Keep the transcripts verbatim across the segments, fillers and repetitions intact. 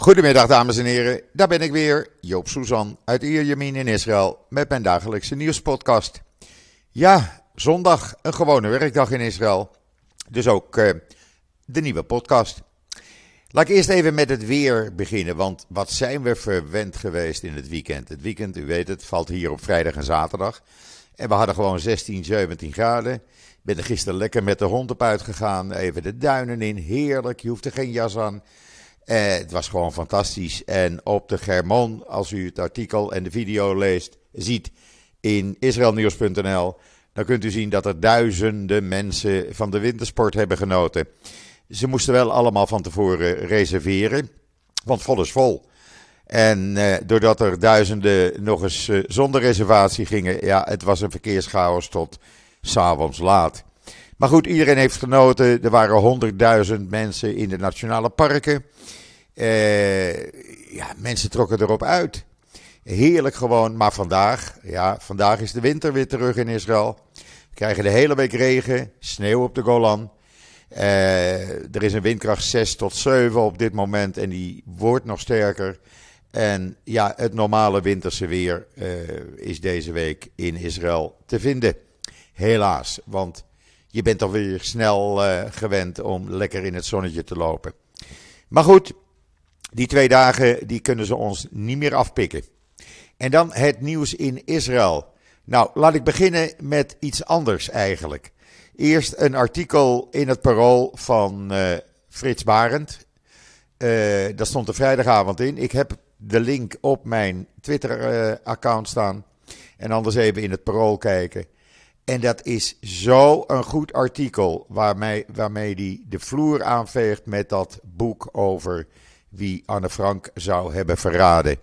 Goedemiddag dames en heren, daar ben ik weer, Joop Suzan uit Ierjemien in Israël met mijn dagelijkse nieuwspodcast. Ja, zondag, een gewone werkdag in Israël, dus ook uh, de nieuwe podcast. Laat ik eerst even met het weer beginnen, want wat zijn we verwend geweest in het weekend. Het weekend, u weet het, valt hier op vrijdag en zaterdag en we hadden gewoon zestien, zeventien graden. Ik ben er gisteren lekker met de hond op uitgegaan, even de duinen in, heerlijk, je hoeft er geen jas aan. Uh, het was gewoon fantastisch. En op de Germon, als u het artikel en de video leest, ziet in israelnieuws punt n l, dan kunt u zien dat er duizenden mensen van de wintersport hebben genoten. Ze moesten wel allemaal van tevoren reserveren, want vol is vol. En uh, doordat er duizenden nog eens uh, zonder reservatie gingen, ja, het was een verkeerschaos tot 's avonds laat. Maar goed, iedereen heeft genoten. Er waren honderdduizend mensen in de nationale parken. Uh, ja, mensen trokken erop uit. Heerlijk gewoon. Maar vandaag, ja, vandaag is de winter weer terug in Israël. We krijgen de hele week regen, sneeuw op de Golan. Uh, er is een windkracht zes tot zeven op dit moment en die wordt nog sterker. En ja, het normale winterse weer uh, is deze week in Israël te vinden. Helaas, want je bent alweer snel uh, gewend om lekker in het zonnetje te lopen. Maar goed, die twee dagen die kunnen ze ons niet meer afpikken. En dan het nieuws in Israël. Nou, laat ik beginnen met iets anders eigenlijk. Eerst een artikel in het Parool van uh, Frits Barend. Uh, daar stond er vrijdagavond in. Ik heb de link op mijn Twitter-account uh, staan. En anders even in het Parool kijken. En dat is zo een goed artikel waarmee, waarmee hij de vloer aanveegt met dat boek over wie Anne Frank zou hebben verraden.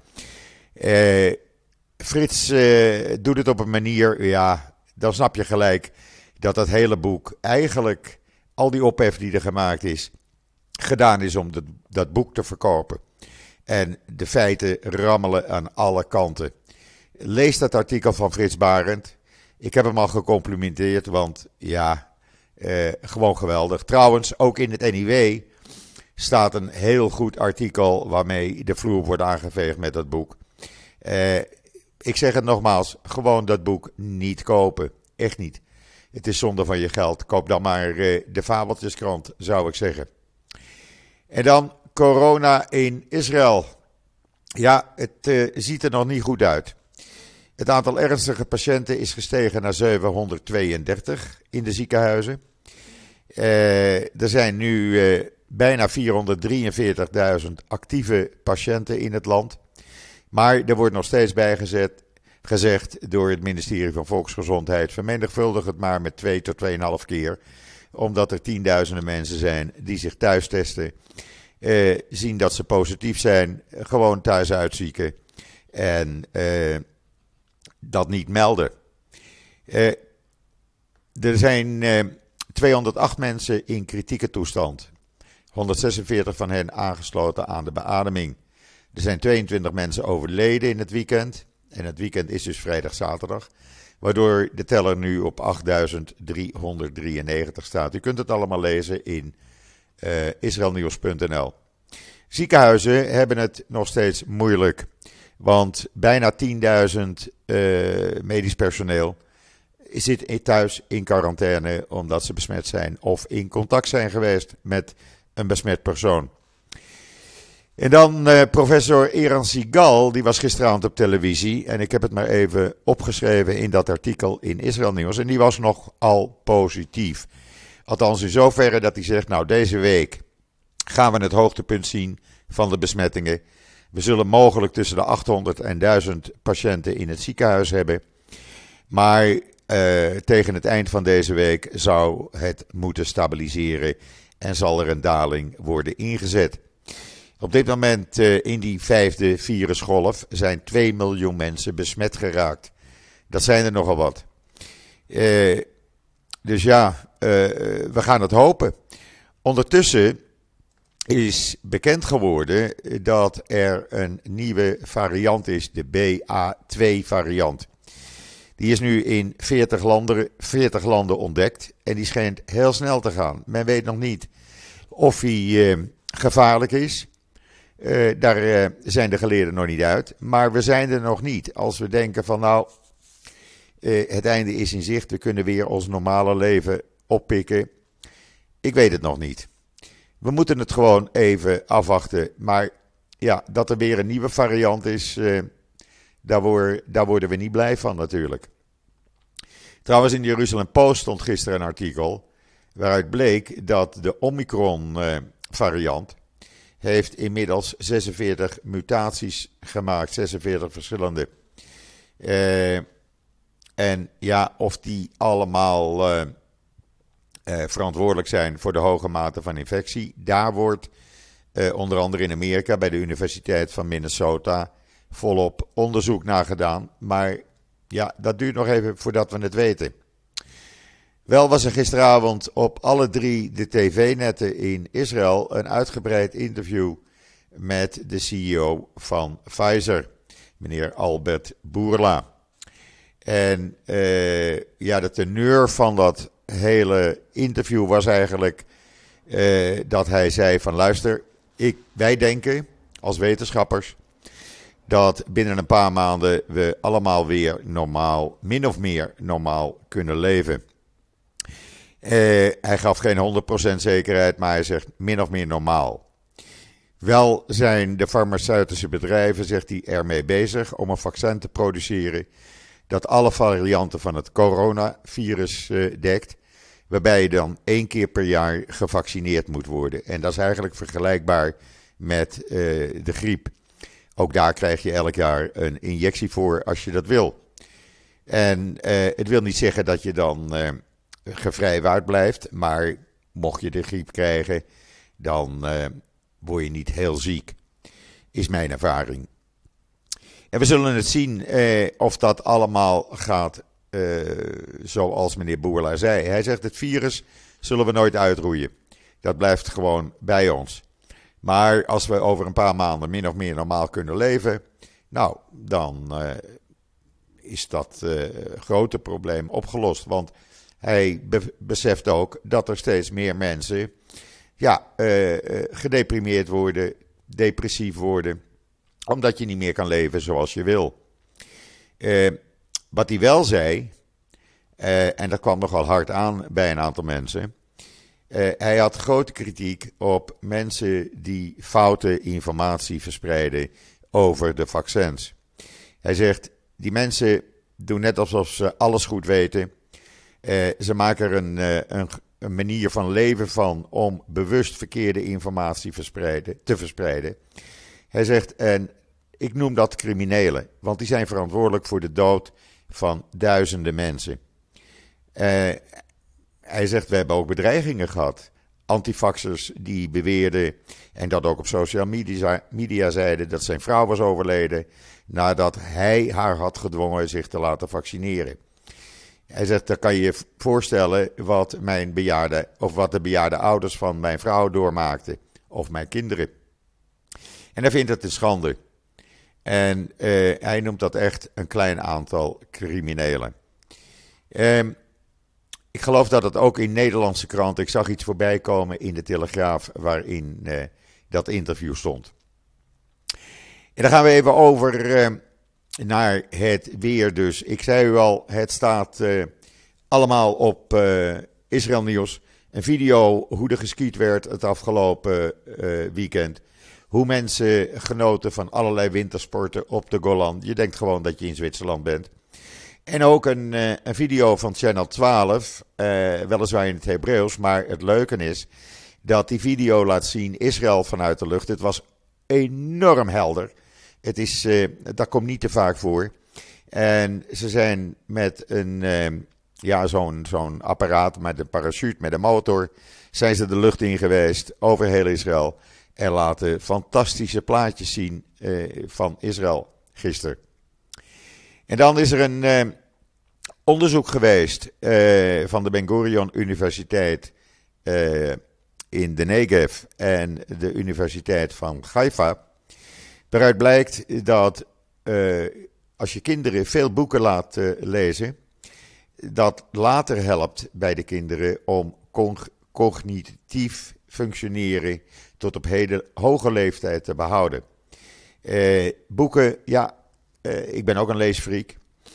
Uh, Frits uh, doet het op een manier, ja, dan snap je gelijk dat dat hele boek eigenlijk, al die ophef die er gemaakt is, gedaan is om dat, dat boek te verkopen. En de feiten rammelen aan alle kanten. Lees dat artikel van Frits Barend. Ik heb hem al gecomplimenteerd, want ja, eh, gewoon geweldig. Trouwens, ook in het N I W staat een heel goed artikel waarmee de vloer wordt aangeveegd met dat boek. Eh, ik zeg het nogmaals, gewoon dat boek niet kopen. Echt niet. Het is zonde van je geld. Koop dan maar eh, de Fabeltjeskrant, zou ik zeggen. En dan corona in Israël. Ja, het eh, ziet er nog niet goed uit. Het aantal ernstige patiënten is gestegen naar zevenhonderdtweeëndertig in de ziekenhuizen. Uh, er zijn nu uh, bijna vierhonderddrieënveertigduizend actieve patiënten in het land. Maar er wordt nog steeds bijgezet, gezegd door het ministerie van Volksgezondheid, vermenigvuldig het maar met twee tot tweeënhalf keer. Omdat er tienduizenden mensen zijn die zich thuis testen, uh, zien dat ze positief zijn, gewoon thuis uitzieken en Uh, dat niet melden. Uh, er zijn uh, tweehonderdacht mensen in kritieke toestand. honderdzesenveertig van hen aangesloten aan de beademing. Er zijn tweeëntwintig mensen overleden in het weekend. En het weekend is dus vrijdag, zaterdag. Waardoor de teller nu op achtduizend driehonderddrieënnegentig staat. U kunt het allemaal lezen in uh, israelnieuws punt n l. Ziekenhuizen hebben het nog steeds moeilijk. Want bijna tienduizend uh, medisch personeel zit thuis in quarantaine omdat ze besmet zijn of in contact zijn geweest met een besmet persoon. En dan uh, professor Eran Segal, die was gisteravond op televisie en ik heb het maar even opgeschreven in dat artikel in Israël Nieuws en die was nogal positief. Althans in zoverre dat hij zegt, nou deze week gaan we het hoogtepunt zien van de besmettingen. We zullen mogelijk tussen de achthonderd en duizend patiënten in het ziekenhuis hebben. Maar uh, tegen het eind van deze week zou het moeten stabiliseren en zal er een daling worden ingezet. Op dit moment uh, in die vijfde virusgolf zijn twee miljoen mensen besmet geraakt. Dat zijn er nogal wat. Uh, dus ja, uh, we gaan het hopen. Ondertussen is bekend geworden dat er een nieuwe variant is, de B A twee variant. Die is nu in veertig landen, veertig landen ontdekt en die schijnt heel snel te gaan. Men weet nog niet of hij uh, gevaarlijk is. Uh, daar uh, zijn de geleerden nog niet uit. Maar we zijn er nog niet. Als we denken van nou, uh, het einde is in zicht. We kunnen weer ons normale leven oppikken. Ik weet het nog niet. We moeten het gewoon even afwachten. Maar ja, dat er weer een nieuwe variant is, uh, daar, word, daar worden we niet blij van natuurlijk. Trouwens, in de Jeruzalem Post stond gisteren een artikel waaruit bleek dat de Omicron uh, variant heeft inmiddels zesenveertig mutaties gemaakt, zesenveertig verschillende. Uh, en ja, of die allemaal uh, uh, verantwoordelijk zijn voor de hoge mate van infectie, daar wordt uh, onder andere in Amerika bij de Universiteit van Minnesota volop onderzoek naar gedaan. Maar ja, dat duurt nog even voordat we het weten. Wel was er gisteravond op alle drie de tv-netten in Israël een uitgebreid interview met de C E O van Pfizer, meneer Albert Bourla. En uh, ja, de teneur van dat hele interview was eigenlijk uh, dat hij zei van luister, ik, wij denken als wetenschappers dat binnen een paar maanden we allemaal weer normaal, min of meer normaal kunnen leven. Uh, hij gaf geen honderd procent zekerheid, maar hij zegt min of meer normaal. Wel zijn de farmaceutische bedrijven, zegt hij, ermee bezig om een vaccin te produceren dat alle varianten van het coronavirus uh, dekt, waarbij je dan één keer per jaar gevaccineerd moet worden. En dat is eigenlijk vergelijkbaar met uh, de griep. Ook daar krijg je elk jaar een injectie voor als je dat wil. En uh, het wil niet zeggen dat je dan uh, gevrijwaard blijft, maar mocht je de griep krijgen, dan uh, word je niet heel ziek, is mijn ervaring. En we zullen het zien eh, of dat allemaal gaat eh, zoals meneer Boerla zei. Hij zegt het virus zullen we nooit uitroeien. Dat blijft gewoon bij ons. Maar als we over een paar maanden min of meer normaal kunnen leven, nou, dan uh, is dat uh, grote probleem opgelost. Want hij be- beseft ook dat er steeds meer mensen ja, uh, uh, gedeprimeerd worden, depressief worden, omdat je niet meer kan leven zoals je wil. Uh, wat hij wel zei, uh, en dat kwam nogal hard aan bij een aantal mensen. Uh, hij had grote kritiek op mensen die foute informatie verspreiden over de vaccins. Hij zegt, die mensen doen net alsof ze alles goed weten. Uh, ze maken er een, uh, een, een manier van leven van om bewust verkeerde informatie verspreiden, te verspreiden. Hij zegt, en ik noem dat criminelen, want die zijn verantwoordelijk voor de dood van duizenden mensen. Uh, hij zegt, we hebben ook bedreigingen gehad. Antifaxers die beweerden, en dat ook op social media, media zeiden, dat zijn vrouw was overleden nadat hij haar had gedwongen zich te laten vaccineren. Hij zegt, dan kan je je voorstellen wat mijn bejaarde, of wat de bejaarde ouders van mijn vrouw doormaakten, of mijn kinderen. En hij vindt het een schande. En uh, hij noemt dat echt een klein aantal criminelen. Uh, ik geloof dat het ook in Nederlandse kranten, ik zag iets voorbij komen in de Telegraaf waarin uh, dat interview stond. En dan gaan we even over uh, naar het weer dus. Ik zei u al, het staat uh, allemaal op uh, Israël Nieuws. Een video hoe er geskiet werd het afgelopen uh, weekend. Hoe mensen genoten van allerlei wintersporten op de Golan. Je denkt gewoon dat je in Zwitserland bent. En ook een, uh, een video van Channel twaalf, uh, weliswaar in het Hebreeuws. Maar het leuke is dat die video laat zien Israël vanuit de lucht. Het was enorm helder. Het is, uh, dat komt niet te vaak voor. En ze zijn met een, uh, ja, zo'n, zo'n apparaat met een parachute, met een motor, zijn ze de lucht in geweest over heel Israël. En laten fantastische plaatjes zien uh, van Israël gisteren. En dan is er een uh, onderzoek geweest uh, van de Ben Gurion Universiteit uh, in de Negev en de Universiteit van Haifa. Waaruit blijkt dat uh, als je kinderen veel boeken laat uh, lezen, dat later helpt bij de kinderen om con- cognitief functioneren tot op heden hoge leeftijd te behouden. Uh, boeken, ja, uh, ik ben ook een leesfreak.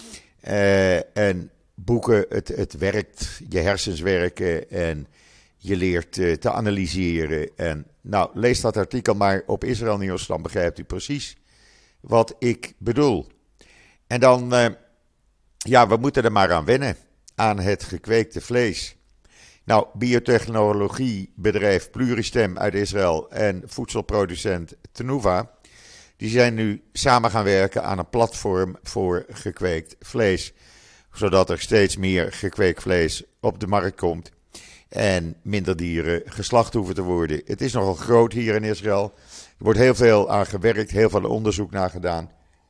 Uh, en boeken, het, het werkt, je hersens werken en je leert uh, te analyseren. En nou, lees dat artikel maar op Israël Nieuws, dan begrijpt u precies wat ik bedoel. En dan, uh, ja, we moeten er maar aan wennen, aan het gekweekte vlees. Nou, biotechnologiebedrijf Pluristem uit Israël en voedselproducent Tenuva, die zijn nu samen gaan werken aan een platform voor gekweekt vlees. Zodat er steeds meer gekweekt vlees op de markt komt en minder dieren geslacht hoeven te worden. Het is nogal groot hier in Israël. Er wordt heel veel aan gewerkt, heel veel onderzoek naar gedaan.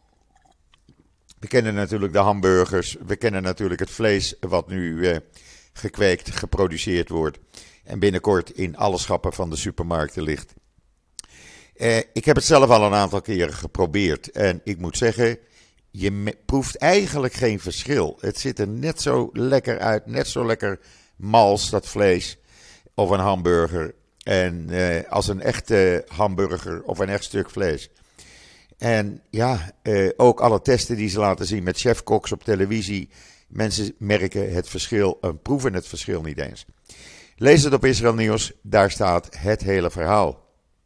We kennen natuurlijk de hamburgers, we kennen natuurlijk het vlees wat nu eh, gekweekt, geproduceerd wordt en binnenkort in alle schappen van de supermarkten ligt. Eh, ik heb het zelf al een aantal keren geprobeerd en ik moet zeggen, je me- proeft eigenlijk geen verschil. Het ziet er net zo lekker uit, net zo lekker mals, dat vlees, of een hamburger, en eh, als een echte hamburger of een echt stuk vlees. En ja, eh, ook alle testen die ze laten zien met chefkoks op televisie, mensen merken het verschil en proeven het verschil niet eens. Lees het op Israël Nieuws, daar staat het hele verhaal.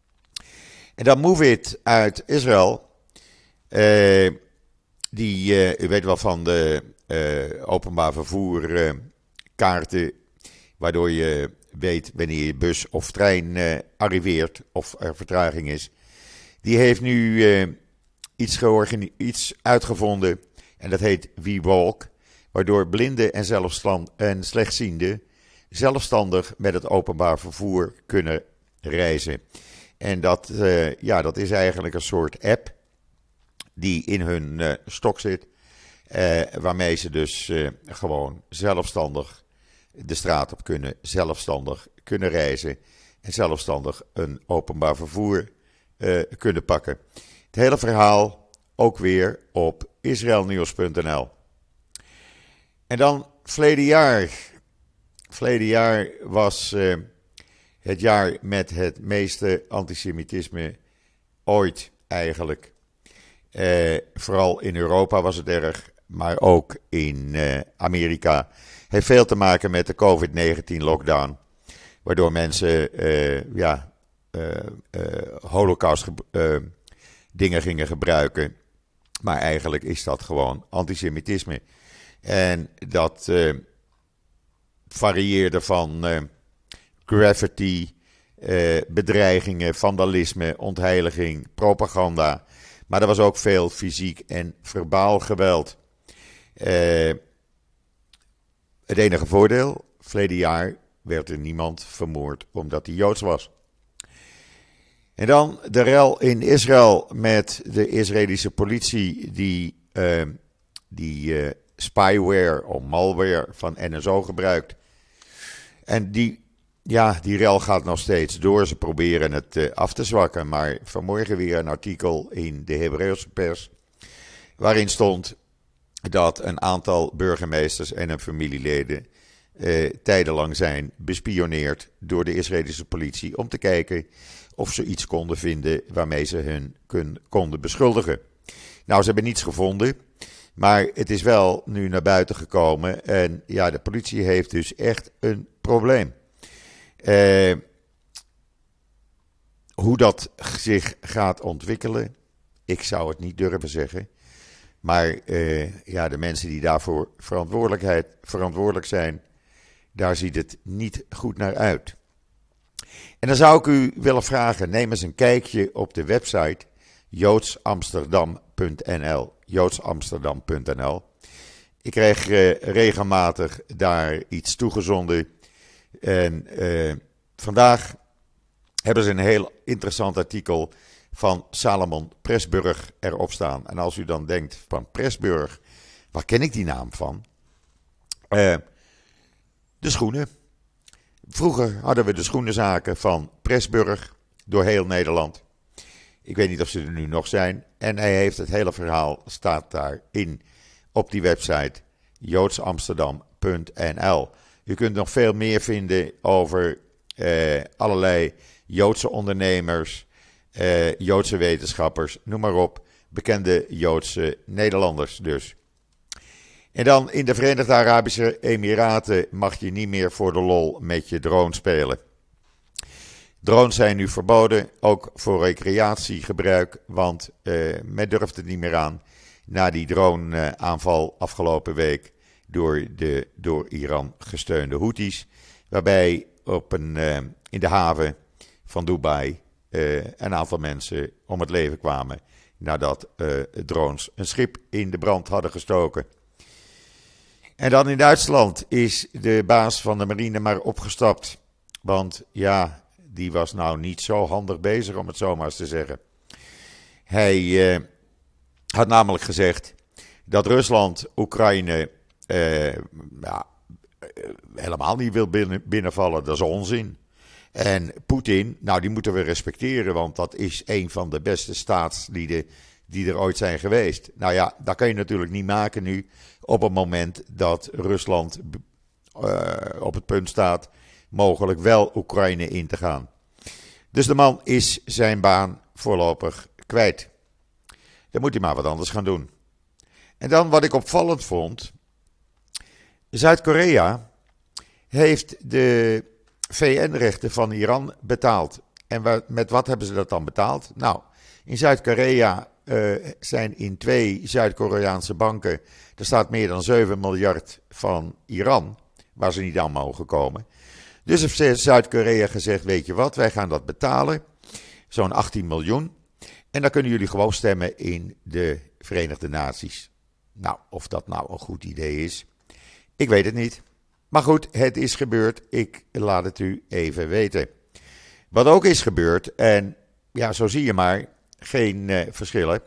En dan Movit uit Israël, uh, die, uh, u weet wel van de uh, openbaar vervoer uh, kaarten, waardoor je weet wanneer je bus of trein uh, arriveert of er vertraging is. Die heeft nu uh, iets, georgani- iets uitgevonden en dat heet WeWalk, waardoor blinden en, zelfstand- en slechtzienden zelfstandig met het openbaar vervoer kunnen reizen. En dat, uh, ja, dat is eigenlijk een soort app die in hun uh, stok zit, uh, waarmee ze dus uh, gewoon zelfstandig de straat op kunnen, zelfstandig kunnen reizen en zelfstandig een openbaar vervoer uh, kunnen pakken. Het hele verhaal ook weer op israelnieuws punt n l. En dan verleden jaar. Verleden jaar was uh, het jaar met het meeste antisemitisme ooit eigenlijk. Uh, vooral in Europa was het erg, maar ook in uh, Amerika. Heeft veel te maken met de covid negentien lockdown. Waardoor mensen uh, ja, uh, uh, holocaust uh, dingen gingen gebruiken. Maar eigenlijk is dat gewoon antisemitisme. En dat uh, varieerde van uh, graffiti, uh, bedreigingen, vandalisme, ontheiliging, propaganda. Maar er was ook veel fysiek en verbaal geweld. Uh, het enige voordeel, verleden jaar werd er niemand vermoord omdat hij Joods was. En dan de rel in Israël met de Israëlische politie die, uh, die uh, spyware of malware van N S O gebruikt. En die, ja, die rel gaat nog steeds door. Ze proberen het uh, af te zwakken. Maar vanmorgen weer een artikel in de Hebreeuwse pers waarin stond dat een aantal burgemeesters en hun familieleden uh, tijdenlang zijn bespioneerd door de Israëlische politie om te kijken of ze iets konden vinden waarmee ze hun kun, konden beschuldigen. Nou, ze hebben niets gevonden, maar het is wel nu naar buiten gekomen en ja, de politie heeft dus echt een probleem. Uh, hoe dat zich gaat ontwikkelen, ik zou het niet durven zeggen. Maar uh, ja, de mensen die daarvoor verantwoordelijkheid, verantwoordelijk zijn, daar ziet het niet goed naar uit. En dan zou ik u willen vragen, neem eens een kijkje op de website joods amsterdam punt n l. joods amsterdam punt n l. Ik krijg uh, regelmatig daar iets toegezonden. En uh, vandaag hebben ze een heel interessant artikel van Salomon Pressburg erop staan. En als u dan denkt van Pressburg, waar ken ik die naam van? Uh, de schoenen. Vroeger hadden we de schoenenzaken van Pressburg door heel Nederland. Ik weet niet of ze er nu nog zijn. En hij heeft het hele verhaal, staat daarin op die website joods amsterdam punt n l. U kunt nog veel meer vinden over uh, allerlei Joodse ondernemers, uh, Joodse wetenschappers, noem maar op. Bekende Joodse Nederlanders dus. En dan in de Verenigde Arabische Emiraten mag je niet meer voor de lol met je drone spelen. Drones zijn nu verboden, ook voor recreatiegebruik, want uh, men durft het niet meer aan na die drone-aanval afgelopen week door de door Iran gesteunde Houthis, waarbij op een, uh, in de haven van Dubai uh, een aantal mensen om het leven kwamen nadat uh, drones een schip in de brand hadden gestoken. En dan in Duitsland is de baas van de marine maar opgestapt, want ja, die was nou niet zo handig bezig om het zo maar eens te zeggen. Hij uh, had namelijk gezegd dat Rusland Oekraïne uh, ja, helemaal niet wil binnen, binnenvallen. Dat is onzin. En Poetin, nou die moeten we respecteren, want dat is een van de beste staatslieden die er ooit zijn geweest. Nou ja, dat kan je natuurlijk niet maken nu op het moment dat Rusland uh, op het punt staat mogelijk wel Oekraïne in te gaan. Dus de man is zijn baan voorlopig kwijt. Dan moet hij maar wat anders gaan doen. En dan wat ik opvallend vond. Zuid-Korea heeft de V N-rechten van Iran betaald. En met wat hebben ze dat dan betaald? Nou, in Zuid-Korea uh, zijn in twee Zuid-Koreaanse banken, er staat meer dan zeven miljard van Iran, waar ze niet aan mogen komen. Dus heeft Zuid-Korea gezegd, weet je wat, wij gaan dat betalen, zo'n achttien miljoen. En dan kunnen jullie gewoon stemmen in de Verenigde Naties. Nou, of dat nou een goed idee is, ik weet het niet. Maar goed, het is gebeurd, ik laat het u even weten. Wat ook is gebeurd, en ja, zo zie je maar, geen uh, verschillen.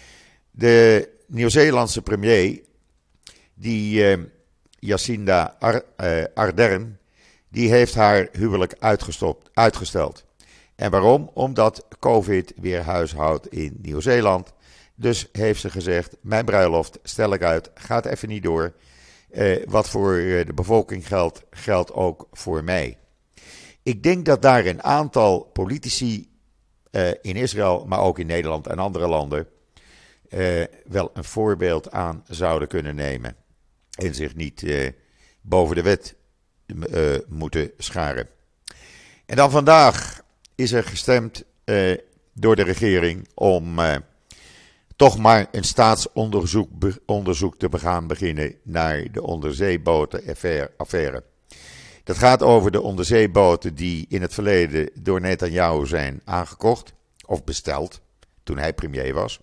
De Nieuw-Zeelandse premier, die uh, Jacinda Ar- uh, Ardern, die heeft haar huwelijk uitgestopt, uitgesteld. En waarom? Omdat COVID weer huishoudt in Nieuw-Zeeland. Dus heeft ze gezegd, mijn bruiloft stel ik uit, gaat even niet door. Uh, wat voor uh, de bevolking geldt, geldt ook voor mij. Ik denk dat daar een aantal politici uh, in Israël, maar ook in Nederland en andere landen, uh, wel een voorbeeld aan zouden kunnen nemen. En zich niet uh, boven de wet uh, moeten scharen. En dan vandaag is er gestemd uh, door de regering om uh, toch maar een staatsonderzoek onderzoek te gaan beginnen naar de onderzeeboten-affaire. Dat gaat over de onderzeeboten die in het verleden door Netanyahu zijn aangekocht of besteld toen hij premier was.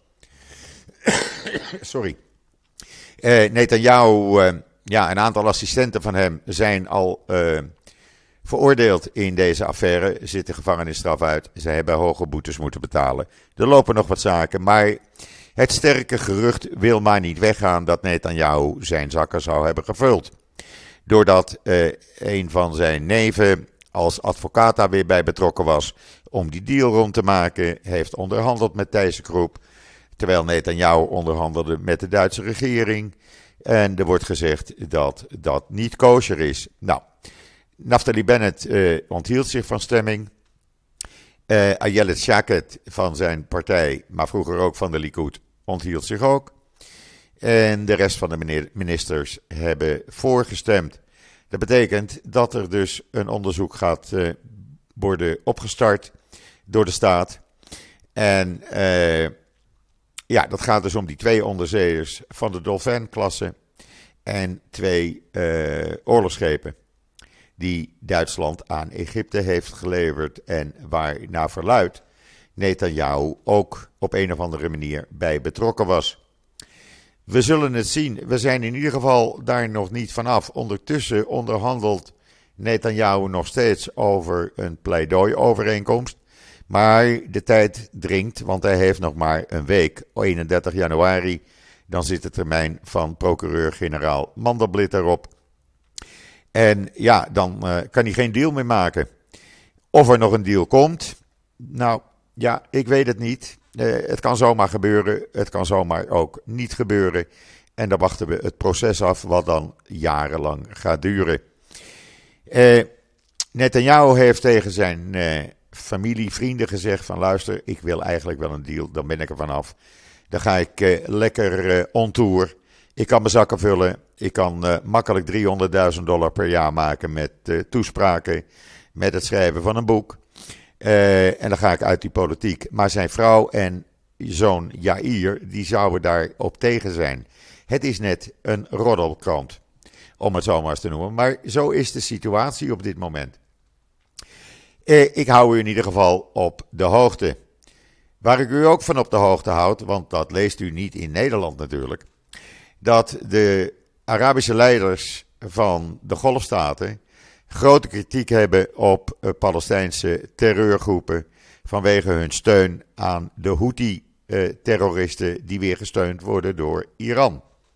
Sorry. Uh, Netanyahu, uh, ja, een aantal assistenten van hem zijn al uh, veroordeeld in deze affaire, zitten gevangenisstraf uit. Ze hebben hoge boetes moeten betalen. Er lopen nog wat zaken, maar het sterke gerucht wil maar niet weggaan dat Netanyahu zijn zakken zou hebben gevuld. Doordat uh, een van zijn neven als advocaat daar weer bij betrokken was om die deal rond te maken, heeft onderhandeld met ThyssenKrupp, terwijl Netanyahu onderhandelde met de Duitse regering. En er wordt gezegd dat dat niet kosher is. Nou, Naftali Bennett uh, onthield zich van stemming. Uh, Ayelet Shaked van zijn partij, maar vroeger ook van de Likud, onthield zich ook. En de rest van de ministers hebben voorgestemd. Dat betekent dat er dus een onderzoek gaat uh, worden opgestart door de staat. En uh, ja, dat gaat dus om die twee onderzeeërs van de Dolphin-klasse en twee uh, oorlogsschepen die Duitsland aan Egypte heeft geleverd en waar naar verluidt Netanyahu ook op een of andere manier bij betrokken was. We zullen het zien. We zijn in ieder geval daar nog niet vanaf. Ondertussen onderhandelt Netanyahu nog steeds over een pleidooi-overeenkomst. Maar de tijd dringt, want hij heeft nog maar een week, eenendertig januari. Dan zit de termijn van procureur-generaal Mandelblit erop. En ja, dan uh, kan hij geen deal meer maken. Of er nog een deal komt, nou ja, ik weet het niet. Uh, het kan zomaar gebeuren, het kan zomaar ook niet gebeuren. En dan wachten we het proces af wat dan jarenlang gaat duren. Uh, Netanyahu heeft tegen zijn uh, familie, vrienden gezegd van luister, ik wil eigenlijk wel een deal, dan ben ik er vanaf. Dan ga ik uh, lekker uh, on tour. Ik kan mijn zakken vullen. Ik kan uh, makkelijk driehonderdduizend dollar per jaar maken met uh, toespraken, met het schrijven van een boek. Uh, en dan ga ik uit die politiek. Maar zijn vrouw en zoon Yair, die zouden daarop tegen zijn. Het is net een roddelkrant, om het zo maar eens te noemen. Maar zo is de situatie op dit moment. Uh, ik hou u in ieder geval op de hoogte. Waar ik u ook van op de hoogte houd, want dat leest u niet in Nederland natuurlijk, dat de Arabische leiders van de Golfstaten grote kritiek hebben op uh, Palestijnse terreurgroepen vanwege hun steun aan de Houthi-terroristen uh, die weer gesteund worden door Iran.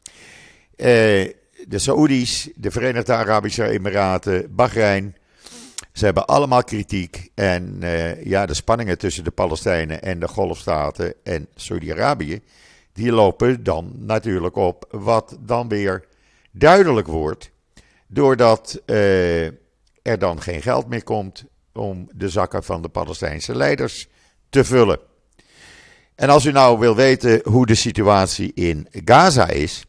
Uh, de Saoedi's, de Verenigde Arabische Emiraten, Bahrein, ze hebben allemaal kritiek en uh, ja, de spanningen tussen de Palestijnen en de Golfstaten en Saudi-Arabië, die lopen dan natuurlijk op wat dan weer duidelijk wordt, doordat uh, er dan geen geld meer komt om de zakken van de Palestijnse leiders te vullen. En als u nou wil weten hoe de situatie in Gaza is,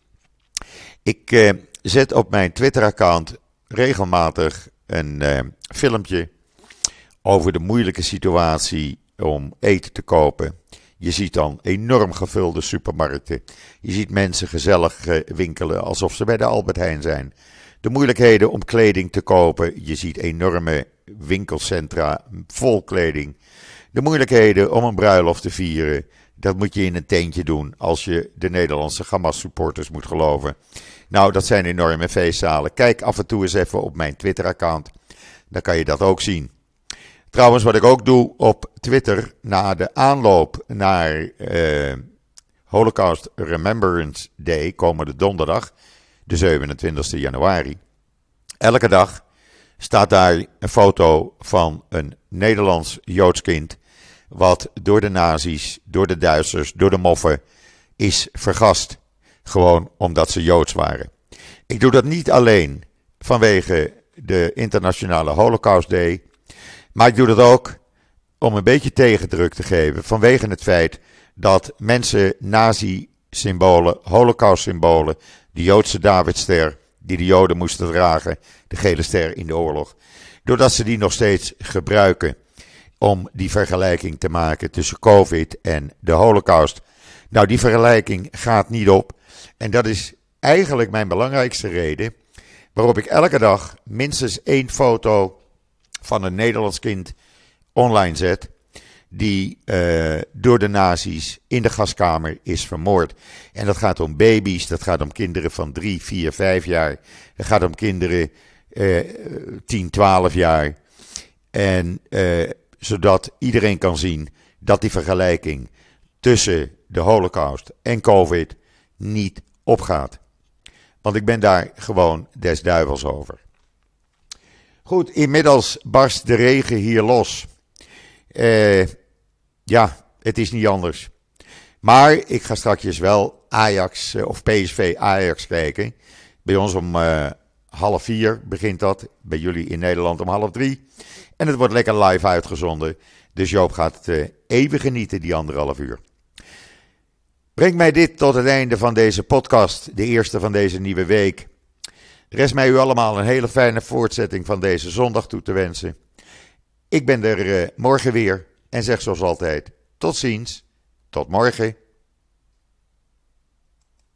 ik uh, zet op mijn Twitter-account regelmatig een uh, filmpje over de moeilijke situatie om eten te kopen. Je ziet dan enorm gevulde supermarkten. Je ziet mensen gezellig uh, winkelen alsof ze bij de Albert Heijn zijn. De moeilijkheden om kleding te kopen. Je ziet enorme winkelcentra vol kleding. De moeilijkheden om een bruiloft te vieren. Dat moet je in een tentje doen als je de Nederlandse Hamas-supporters moet geloven. Nou, dat zijn enorme feestzalen. Kijk af en toe eens even op mijn Twitter-account. Dan kan je dat ook zien. Trouwens, wat ik ook doe op Twitter na de aanloop naar uh, Holocaust Remembrance Day, komende donderdag, de zevenentwintigste januari. Elke dag staat daar een foto van een Nederlands Joods kind, wat door de nazi's, door de Duitsers, door de moffen is vergast. Gewoon omdat ze Joods waren. Ik doe dat niet alleen vanwege de internationale Holocaust Day, maar ik doe dat ook om een beetje tegendruk te geven vanwege het feit dat mensen nazi-symbolen, Holocaust-symbolen, de Joodse Davidster die de Joden moesten dragen, de gele ster in de oorlog, doordat ze die nog steeds gebruiken om die vergelijking te maken tussen COVID en de Holocaust. Nou, die vergelijking gaat niet op en dat is eigenlijk mijn belangrijkste reden waarop ik elke dag minstens één foto van een Nederlands kind online zet die uh, door de nazi's in de gaskamer is vermoord. En dat gaat om baby's, dat gaat om kinderen van drie, vier, vijf jaar. Dat gaat om kinderen uh, tien, twaalf jaar. En uh, zodat iedereen kan zien dat die vergelijking tussen de Holocaust en COVID niet opgaat. Want ik ben daar gewoon des duivels over. Goed, inmiddels barst de regen hier los. Uh, ja, het is niet anders. Maar ik ga straks wel Ajax uh, of P S V Ajax kijken. Bij ons om uh, half vier begint dat. Bij jullie in Nederland om half drie. En het wordt lekker live uitgezonden. Dus Joop gaat uh, even genieten die anderhalf uur. Brengt mij dit tot het einde van deze podcast. De eerste van deze nieuwe week. Rest mij u allemaal een hele fijne voortzetting van deze zondag toe te wensen. Ik ben er uh, morgen weer en zeg zoals altijd, tot ziens, tot morgen.